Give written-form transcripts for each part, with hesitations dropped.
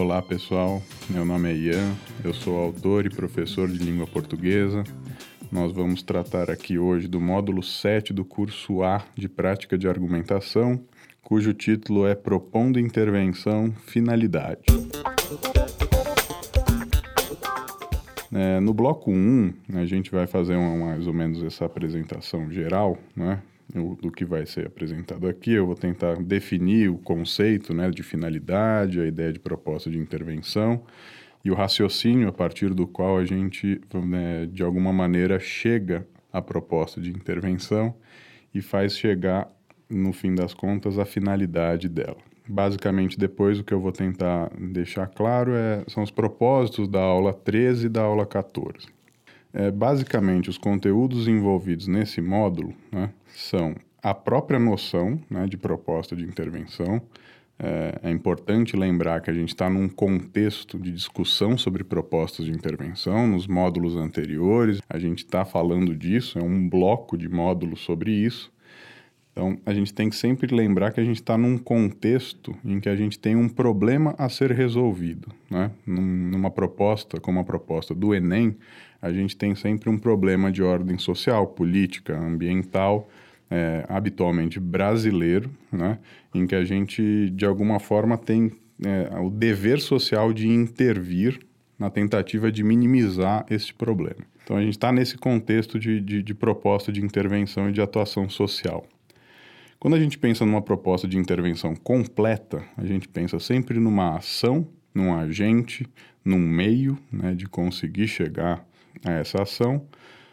Olá pessoal, meu nome é Ian, eu sou autor e professor de língua portuguesa. Nós vamos tratar aqui hoje do módulo 7 do curso A de Prática de Argumentação, cujo título é Propondo Intervenção, Finalidade. No bloco 1, a gente vai fazer mais ou menos essa apresentação geral, né, do que vai ser apresentado aqui. Eu vou tentar definir o conceito, né, de finalidade, a ideia de proposta de intervenção e o raciocínio a partir do qual a gente, de alguma maneira, chega à proposta de intervenção e faz chegar, no fim das contas, a finalidade dela. Basicamente, depois o que eu vou tentar deixar claro são os propósitos da aula 13 e da aula 14. Basicamente, os conteúdos envolvidos nesse módulo, né, são a própria noção, né, de proposta de intervenção. É importante lembrar que a gente está num contexto de discussão sobre propostas de intervenção. Nos módulos anteriores, a gente está falando disso, é um bloco de módulos sobre isso. Então, a gente tem que sempre lembrar que a gente está num contexto em que a gente tem um problema a ser resolvido, né? Numa proposta, como a proposta do Enem, a gente tem sempre um problema de ordem social, política, ambiental, habitualmente brasileiro, né? Em que a gente, de alguma forma, tem o dever social de intervir na tentativa de minimizar esse problema. Então, a gente está nesse contexto de proposta de intervenção e de atuação social. Quando a gente pensa numa proposta de intervenção completa, a gente pensa sempre numa ação, num agente, num meio, né, de conseguir chegar a essa ação,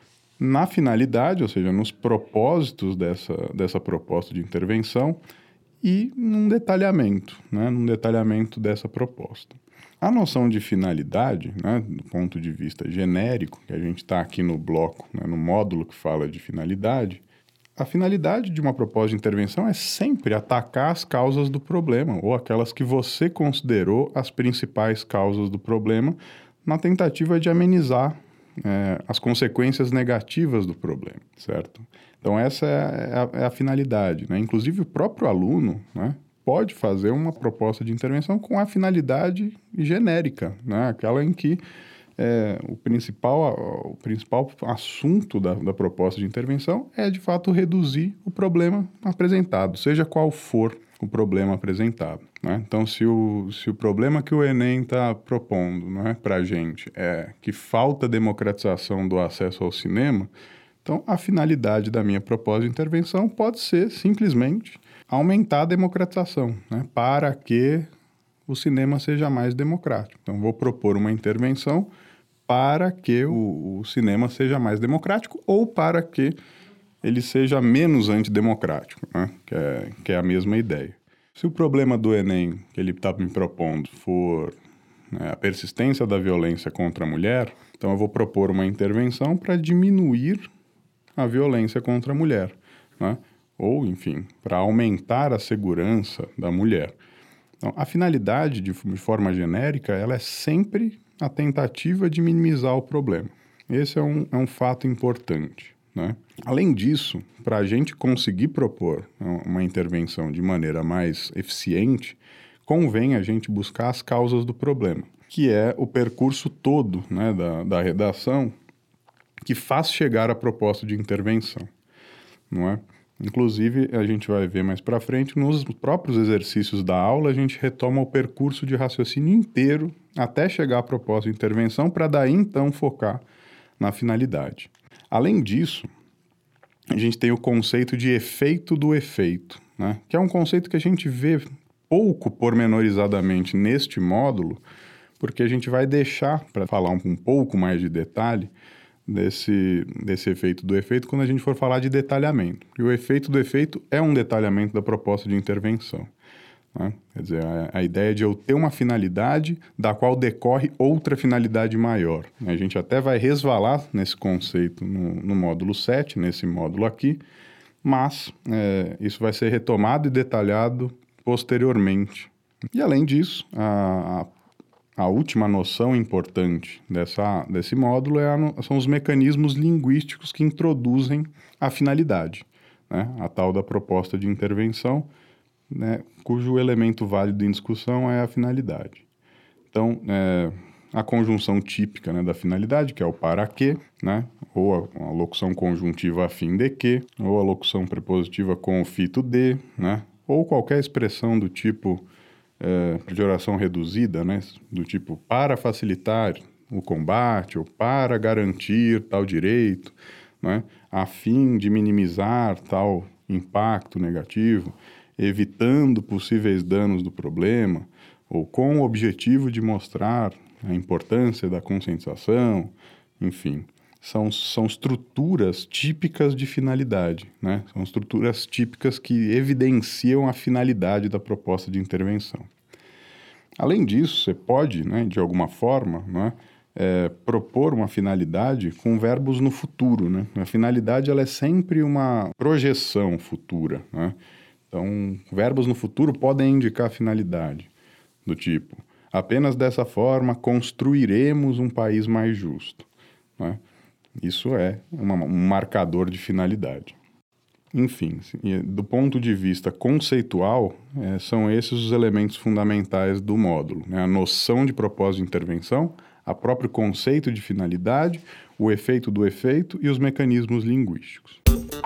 na finalidade, ou seja, nos propósitos dessa proposta de intervenção e num detalhamento, né, num detalhamento dessa proposta. A noção de finalidade, né, do ponto de vista genérico, que a gente está aqui no bloco, né, no módulo que fala de finalidade, a finalidade de uma proposta de intervenção é sempre atacar as causas do problema, ou aquelas que você considerou as principais causas do problema, na tentativa de amenizar as consequências negativas do problema, certo? Então, essa é a finalidade, né? Inclusive, o próprio aluno, né, pode fazer uma proposta de intervenção com a finalidade genérica, né? Aquela em que o principal assunto da proposta de intervenção é, de fato, reduzir o problema apresentado, seja qual for o problema apresentado, né? Então, se o problema que o Enem está propondo, né, para a gente é que falta democratização do acesso ao cinema, então a finalidade da minha proposta de intervenção pode ser simplesmente aumentar a democratização, né, para que o cinema seja mais democrático. Então, vou propor uma intervenção para que o cinema seja mais democrático ou para que ele seja menos antidemocrático, né? Que é a mesma ideia. Se o problema do Enem que ele está me propondo for, né, a persistência da violência contra a mulher, então eu vou propor uma intervenção para diminuir a violência contra a mulher, né? Ou, enfim, para aumentar a segurança da mulher. Então, a finalidade, de forma genérica, ela é sempre a tentativa de minimizar o problema. Esse é um fato importante, né? Além disso, para a gente conseguir propor uma intervenção de maneira mais eficiente, convém a gente buscar as causas do problema, que é o percurso todo, né, da redação que faz chegar à proposta de intervenção, não é? Inclusive, a gente vai ver mais para frente, nos próprios exercícios da aula, a gente retoma o percurso de raciocínio inteiro até chegar à proposta de intervenção, para daí, então, focar na finalidade. Além disso, a gente tem o conceito de efeito do efeito, né? Que é um conceito que a gente vê pouco pormenorizadamente neste módulo, porque a gente vai deixar para falar um pouco mais de detalhe desse efeito do efeito quando a gente for falar de detalhamento. E o efeito do efeito é um detalhamento da proposta de intervenção, né? Quer dizer, a ideia de eu ter uma finalidade da qual decorre outra finalidade maior. A gente até vai resvalar nesse conceito no módulo 7, nesse módulo aqui, mas isso vai ser retomado e detalhado posteriormente. E além disso, a última noção importante desse módulo são os mecanismos linguísticos que introduzem a finalidade, né? A tal da proposta de intervenção, né, cujo elemento válido em discussão é a finalidade. Então, a conjunção típica, né, da finalidade, que é o para que, né, ou a locução conjuntiva a fim de que, ou a locução prepositiva com o fito de, né, ou qualquer expressão do tipo de oração reduzida, né, do tipo para facilitar o combate ou para garantir tal direito, né, a fim de minimizar tal impacto negativo, evitando possíveis danos do problema, ou com o objetivo de mostrar a importância da conscientização, enfim, são estruturas típicas de finalidade, né? São estruturas típicas que evidenciam a finalidade da proposta de intervenção. Além disso, você pode, né, de alguma forma, né, propor uma finalidade com verbos no futuro, né? A finalidade ela é sempre uma projeção futura, né? Então, verbos no futuro podem indicar finalidade, do tipo, apenas dessa forma construiremos um país mais justo, né? Isso é um marcador de finalidade. Enfim, do ponto de vista conceitual, são esses os elementos fundamentais do módulo, né? A noção de propósito de intervenção, o próprio conceito de finalidade, o efeito do efeito e os mecanismos linguísticos.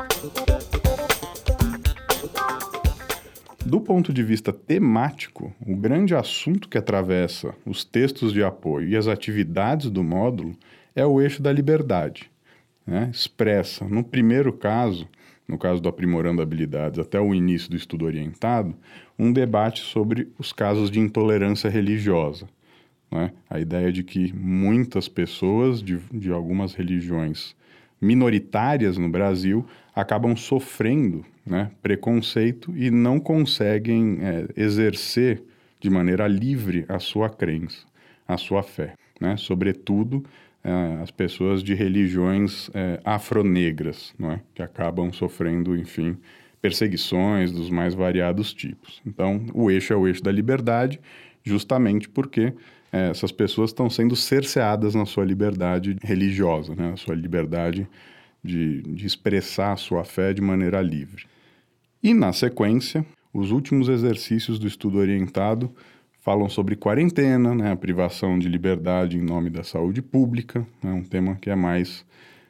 Do ponto de vista temático, o grande assunto que atravessa os textos de apoio e as atividades do módulo é o eixo da liberdade, né? Expressa, no primeiro caso, no caso do aprimorando habilidades até o início do estudo orientado, um debate sobre os casos de intolerância religiosa, né? A ideia de que muitas pessoas de algumas religiões minoritárias no Brasil acabam sofrendo, né, preconceito e não conseguem exercer de maneira livre a sua crença, a sua fé, né? Sobretudo as pessoas de religiões afronegras, não é? Que acabam sofrendo, enfim, perseguições dos mais variados tipos. Então, o eixo é o eixo da liberdade, justamente porque essas pessoas estão sendo cerceadas na sua liberdade religiosa, né? A sua liberdade de expressar a sua fé de maneira livre. E, na sequência, os últimos exercícios do estudo orientado falam sobre quarentena, né, a privação de liberdade em nome da saúde pública, né, um tema que é mais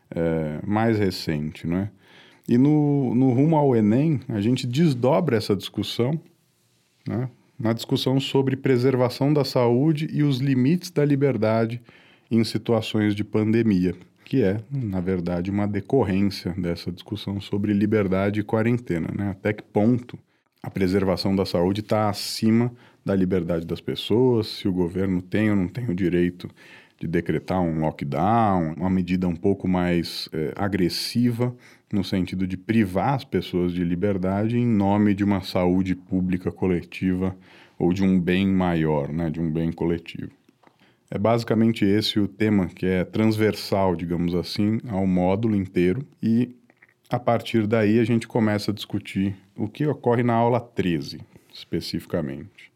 recente, né? E no rumo ao Enem, a gente desdobra essa discussão, né, na discussão sobre preservação da saúde e os limites da liberdade em situações de pandemia, que é, na verdade, uma decorrência dessa discussão sobre liberdade e quarentena, né? Até que ponto a preservação da saúde está acima da liberdade das pessoas, se o governo tem ou não tem o direito de decretar um lockdown, uma medida um pouco mais agressiva, no sentido de privar as pessoas de liberdade em nome de uma saúde pública coletiva ou de um bem maior, né, de um bem coletivo. É basicamente esse o tema que é transversal, digamos assim, ao módulo inteiro e a partir daí a gente começa a discutir o que ocorre na aula 13, especificamente.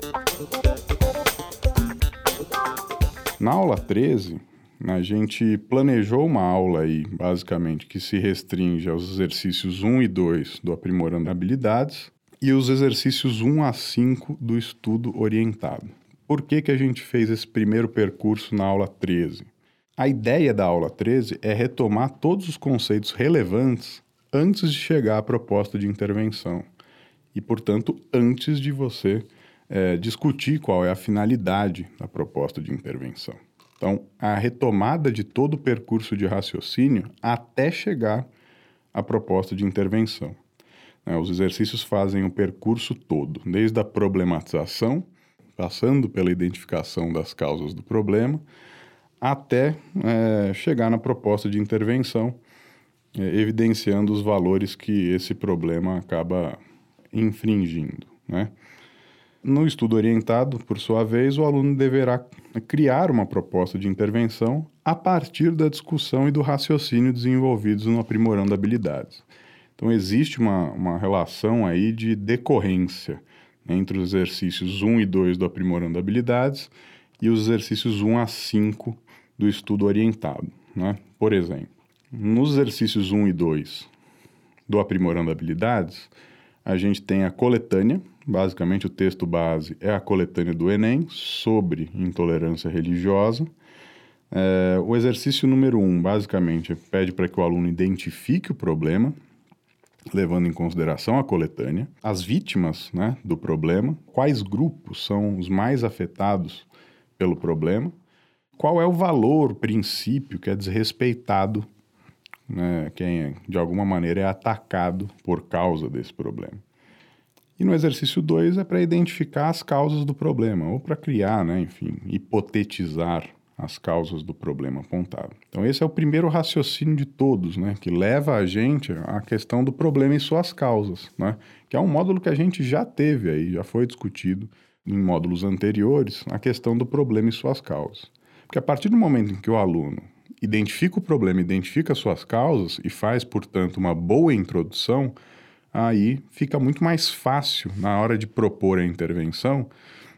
Na aula 13, a gente planejou uma aula aí, basicamente, que se restringe aos exercícios 1 e 2 do Aprimorando Habilidades e os exercícios 1 a 5 do estudo orientado. Por que a gente fez esse primeiro percurso na aula 13? A ideia da aula 13 é retomar todos os conceitos relevantes antes de chegar à proposta de intervenção e, portanto, antes de você discutir qual é a finalidade da proposta de intervenção. Então, a retomada de todo o percurso de raciocínio até chegar à proposta de intervenção. Os exercícios fazem o percurso todo, desde a problematização, passando pela identificação das causas do problema, até chegar na proposta de intervenção, evidenciando os valores que esse problema acaba infringindo, né? No estudo orientado, por sua vez, o aluno deverá criar uma proposta de intervenção a partir da discussão e do raciocínio desenvolvidos no Aprimorando Habilidades. Então, existe uma relação aí de decorrência entre os exercícios 1 e 2 do Aprimorando Habilidades e os exercícios 1 a 5 do estudo orientado, né? Por exemplo, nos exercícios 1 e 2 do Aprimorando Habilidades, a gente tem a coletânea, Basicamente, o texto base é a coletânea do Enem sobre intolerância religiosa. O exercício número 1, basicamente, pede para que o aluno identifique o problema, levando em consideração a coletânea, as vítimas, né, do problema, quais grupos são os mais afetados pelo problema, qual é o valor, princípio que é desrespeitado, né, quem de alguma maneira é atacado por causa desse problema. E no exercício 2 é para identificar as causas do problema, ou para criar, né, enfim, hipotetizar as causas do problema apontado. Então esse é o primeiro raciocínio de todos, né, que leva a gente à questão do problema e suas causas, né, que é um módulo que a gente já teve aí, já foi discutido em módulos anteriores, a questão do problema e suas causas. Porque a partir do momento em que o aluno identifica o problema, identifica suas causas e faz, portanto, uma boa introdução, aí fica muito mais fácil, na hora de propor a intervenção,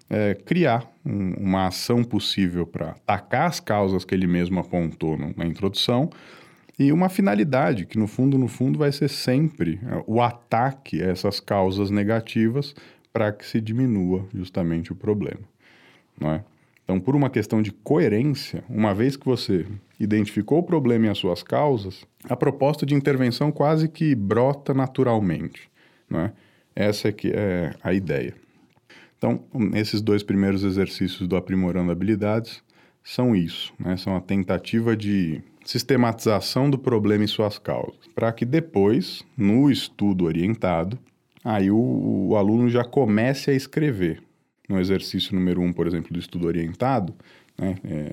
criar uma ação possível para atacar as causas que ele mesmo apontou na introdução e uma finalidade que, no fundo, vai ser sempre o ataque a essas causas negativas para que se diminua justamente o problema, não é? Então, por uma questão de coerência, uma vez que você identificou o problema e as suas causas, a proposta de intervenção quase que brota naturalmente, né? Essa é que é a ideia. Então, esses 2 primeiros exercícios do Aprimorando Habilidades são isso, né? São a tentativa de sistematização do problema e suas causas, para que depois, no estudo orientado, aí o aluno já comece a escrever. No exercício número 1, por exemplo, do estudo orientado, né,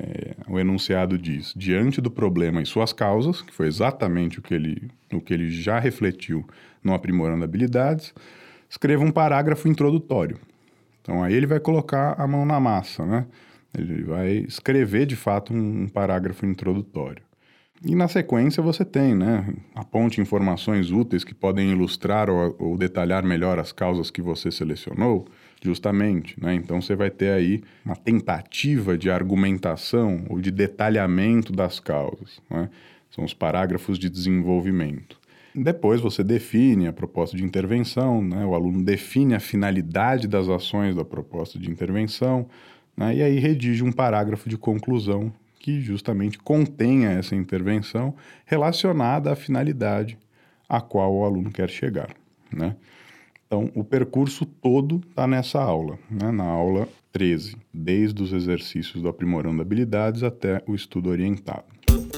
o enunciado diz, diante do problema e suas causas, que foi exatamente o que ele já refletiu no Aprimorando Habilidades, escreva um parágrafo introdutório. Então, aí ele vai colocar a mão na massa, né? Ele vai escrever, de fato, um parágrafo introdutório. E na sequência você tem, né? Aponte informações úteis que podem ilustrar ou detalhar melhor as causas que você selecionou, justamente, né? Então você vai ter aí uma tentativa de argumentação ou de detalhamento das causas, né? São os parágrafos de desenvolvimento. Depois você define a proposta de intervenção, né? O aluno define a finalidade das ações da proposta de intervenção, né? E aí redige um parágrafo de conclusão que justamente contenha essa intervenção relacionada à finalidade a qual o aluno quer chegar, né? Então, o percurso todo está nessa aula, né? Na aula 13, desde os exercícios do Aprimorando Habilidades até o estudo orientado.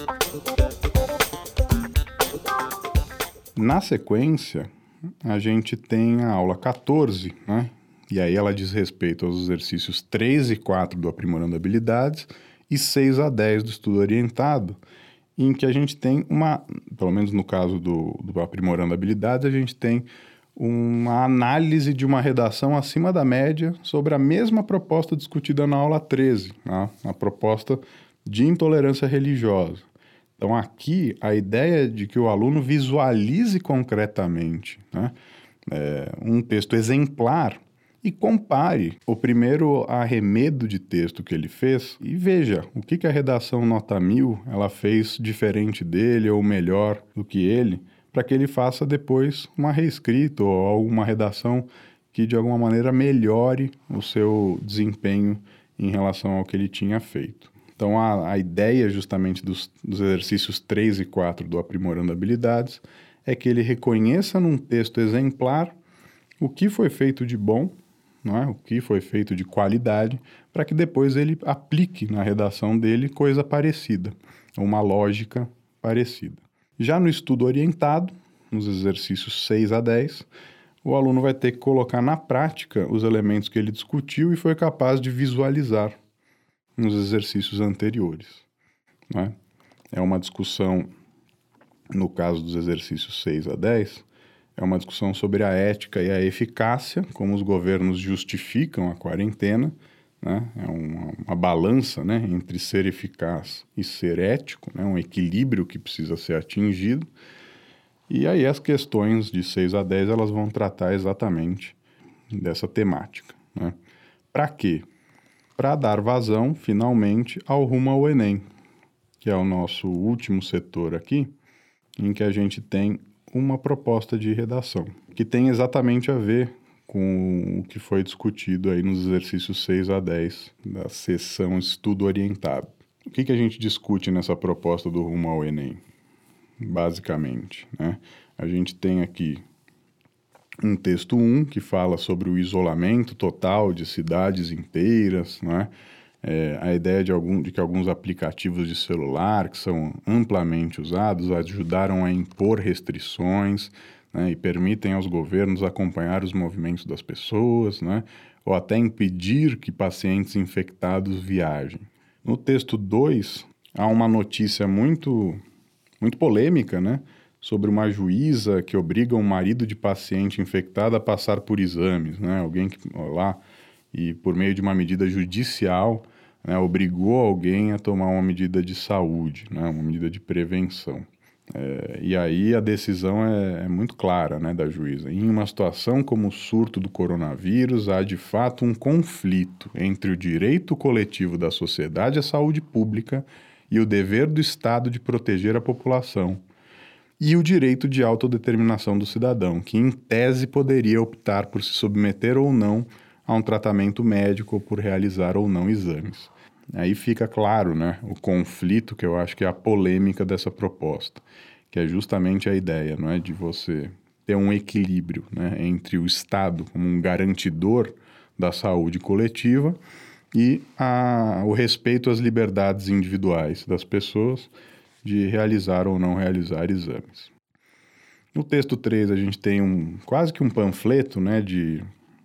Na sequência, a gente tem a aula 14, né? E aí ela diz respeito aos exercícios 3 e 4 do Aprimorando Habilidades e 6 a 10 do estudo orientado, em que a gente tem pelo menos no caso do Aprimorando Habilidades, a gente tem uma análise de uma redação acima da média sobre a mesma proposta discutida na aula 13, né? A proposta de intolerância religiosa. Então, aqui, a ideia é de que o aluno visualize concretamente, né, um texto exemplar e compare o primeiro arremedo de texto que ele fez e veja o que a redação nota 1000 ela fez diferente dele ou melhor do que ele, para que ele faça depois uma reescrita ou alguma redação que de alguma maneira melhore o seu desempenho em relação ao que ele tinha feito. Então a ideia justamente dos exercícios 3 e 4 do Aprimorando Habilidades é que ele reconheça num texto exemplar o que foi feito de bom, não é? O que foi feito de qualidade, para que depois ele aplique na redação dele coisa parecida, uma lógica parecida. Já no estudo orientado, nos exercícios 6 a 10, o aluno vai ter que colocar na prática os elementos que ele discutiu e foi capaz de visualizar nos exercícios anteriores, né? É uma discussão, no caso dos exercícios 6 a 10, é uma discussão sobre a ética e a eficácia, como os governos justificam a quarentena, né? É uma balança, né, entre ser eficaz e ser ético, né? Um equilíbrio que precisa ser atingido. E aí as questões de 6 a 10 elas vão tratar exatamente dessa temática, né? Para quê? Para dar vazão, finalmente, ao Rumo ao Enem, que é o nosso último setor aqui, em que a gente tem uma proposta de redação, que tem exatamente a ver com o que foi discutido aí nos exercícios 6 a 10 da seção Estudo Orientado. O que a gente discute nessa proposta do Rumo ao Enem? Basicamente, né? A gente tem aqui um texto 1 que fala sobre o isolamento total de cidades inteiras, né? A ideia de que alguns aplicativos de celular que são amplamente usados ajudaram a impor restrições, né, e permitem aos governos acompanhar os movimentos das pessoas, né, ou até impedir que pacientes infectados viajem. No texto 2, há uma notícia muito polêmica, né, sobre uma juíza que obriga um marido de paciente infectado a passar por exames, né, alguém que lá e por meio de uma medida judicial, né, obrigou alguém a tomar uma medida de saúde, né, uma medida de prevenção. E aí a decisão é muito clara, né, da juíza. Em uma situação como o surto do coronavírus, há de fato um conflito entre o direito coletivo da sociedade à saúde pública e o dever do Estado de proteger a população, e o direito de autodeterminação do cidadão, que em tese poderia optar por se submeter ou não a um tratamento médico ou por realizar ou não exames. Aí fica claro, né, o conflito, que eu acho que é a polêmica dessa proposta, que é justamente a ideia, não é, de você ter um equilíbrio, né, entre o Estado como um garantidor da saúde coletiva e o respeito às liberdades individuais das pessoas de realizar ou não realizar exames. No texto 3, a gente tem quase que um panfleto, né, de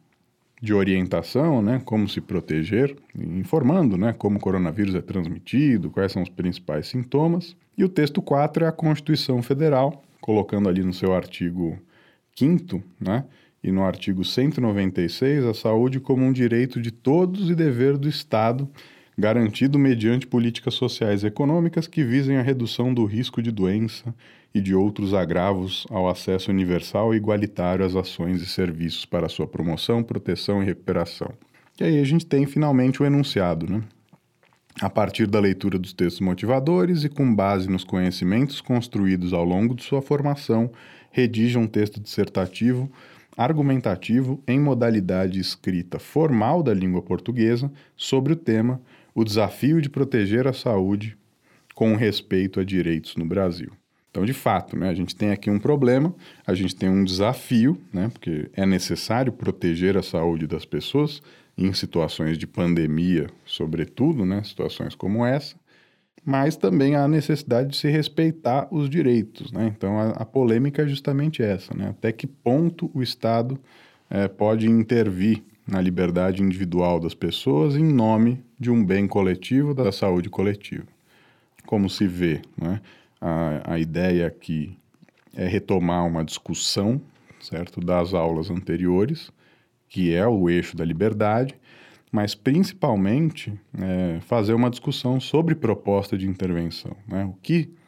orientação, né, como se proteger, informando, né, como o coronavírus é transmitido, quais são os principais sintomas. E o texto 4 é a Constituição Federal, colocando ali no seu artigo 5º, né, e no artigo 196, a saúde como um direito de todos e dever do Estado, garantido mediante políticas sociais e econômicas que visem a redução do risco de doença e de outros agravos ao acesso universal e igualitário às ações e serviços para sua promoção, proteção e recuperação. E aí a gente tem finalmente o enunciado, né? A partir da leitura dos textos motivadores e com base nos conhecimentos construídos ao longo de sua formação, redija um texto dissertativo argumentativo em modalidade escrita formal da língua portuguesa sobre o tema O desafio de proteger a saúde com respeito a direitos no Brasil. Então, de fato, né, a gente tem aqui um problema, a gente tem um desafio, né, porque é necessário proteger a saúde das pessoas em situações de pandemia, sobretudo, né, situações como essa, mas também há a necessidade de se respeitar os direitos, né? Então, a polêmica é justamente essa, né? Até que ponto o Estado pode intervir na liberdade individual das pessoas em nome de um bem coletivo, da saúde coletiva. Como se vê, né? A ideia aqui é retomar uma discussão, certo, das aulas anteriores, que é o eixo da liberdade, mas principalmente fazer uma discussão sobre proposta de intervenção, né? O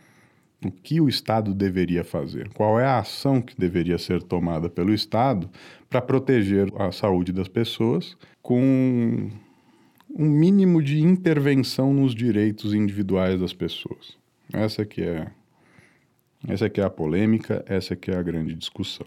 que o Estado deveria fazer? Qual é a ação que deveria ser tomada pelo Estado para proteger a saúde das pessoas com um mínimo de intervenção nos direitos individuais das pessoas? Essa que é a polêmica, essa que é a grande discussão.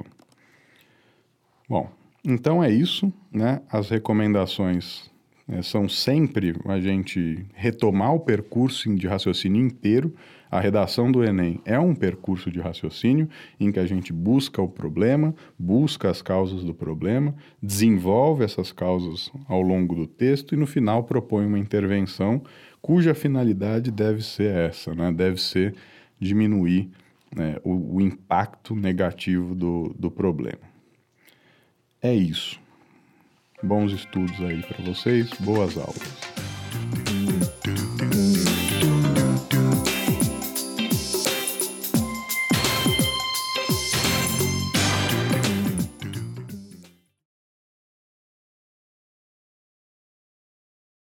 Bom, então é isso, né? As recomendações são sempre a gente retomar o percurso de raciocínio inteiro. A redação do Enem é um percurso de raciocínio em que a gente busca o problema, busca as causas do problema, desenvolve essas causas ao longo do texto e no final propõe uma intervenção cuja finalidade deve ser essa, né? Deve ser diminuir, né, o impacto negativo do problema. É isso. Bons estudos aí para vocês, boas aulas.